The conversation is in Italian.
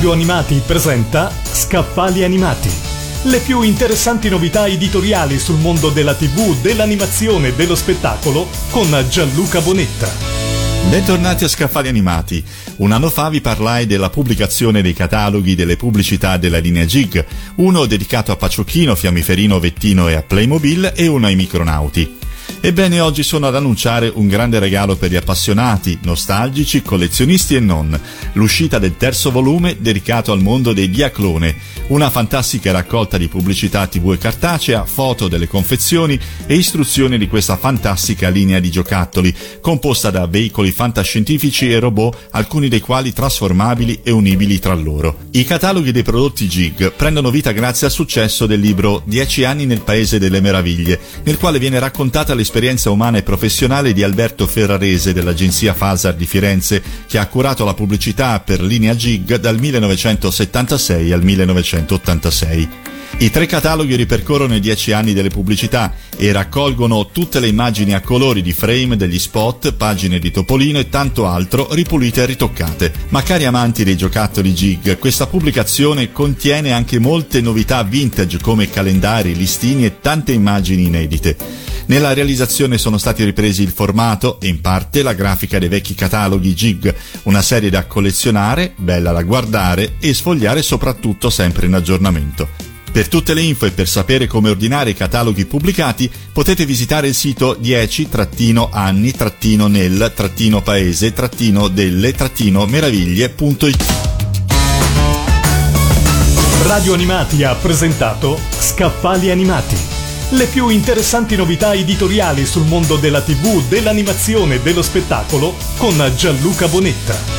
Radio Animati presenta Scaffali Animati. Le più interessanti novità editoriali sul mondo della TV, dell'animazione e dello spettacolo con Gianluca Bonetta. Bentornati a Scaffali Animati. Un anno fa vi parlai della pubblicazione dei cataloghi delle pubblicità della linea Gig, uno dedicato a Paciocchino, Fiammiferino, Vettino e a Playmobil e uno ai Micronauti. Ebbene, oggi sono ad annunciare un grande regalo per gli appassionati, nostalgici, collezionisti e non, l'uscita del terzo volume dedicato al mondo dei Diaclone, una fantastica raccolta di pubblicità TV e cartacea, foto delle confezioni e istruzioni di questa fantastica linea di giocattoli, composta da veicoli fantascientifici e robot, alcuni dei quali trasformabili e unibili tra loro. I cataloghi dei prodotti Gig prendono vita grazie al successo del libro 10 anni nel Paese delle Meraviglie, nel quale viene raccontata l'esperienza umana e professionale di Alberto Ferrarese dell'agenzia Fasar di Firenze, che ha curato la pubblicità per linea Gig dal 1976 al 1986. I 3 cataloghi ripercorrono i 10 anni delle pubblicità e raccolgono tutte le immagini a colori di frame degli spot, pagine di Topolino e tanto altro ripulite e ritoccate. Ma cari amanti dei giocattoli Gig, questa pubblicazione contiene anche molte novità vintage come calendari, listini e tante immagini inedite. Nella realizzazione sono stati ripresi il formato e in parte la grafica dei vecchi cataloghi Gig, una serie da collezionare, bella da guardare e sfogliare, soprattutto sempre in aggiornamento. Per tutte le info e per sapere come ordinare i cataloghi pubblicati potete visitare il sito 10-anni-nel-paese-delle-meraviglie.it. Radio Animati ha presentato Scaffali Animati. Le più interessanti novità editoriali sul mondo della TV, dell'animazione e dello spettacolo con Gianluca Bonetta.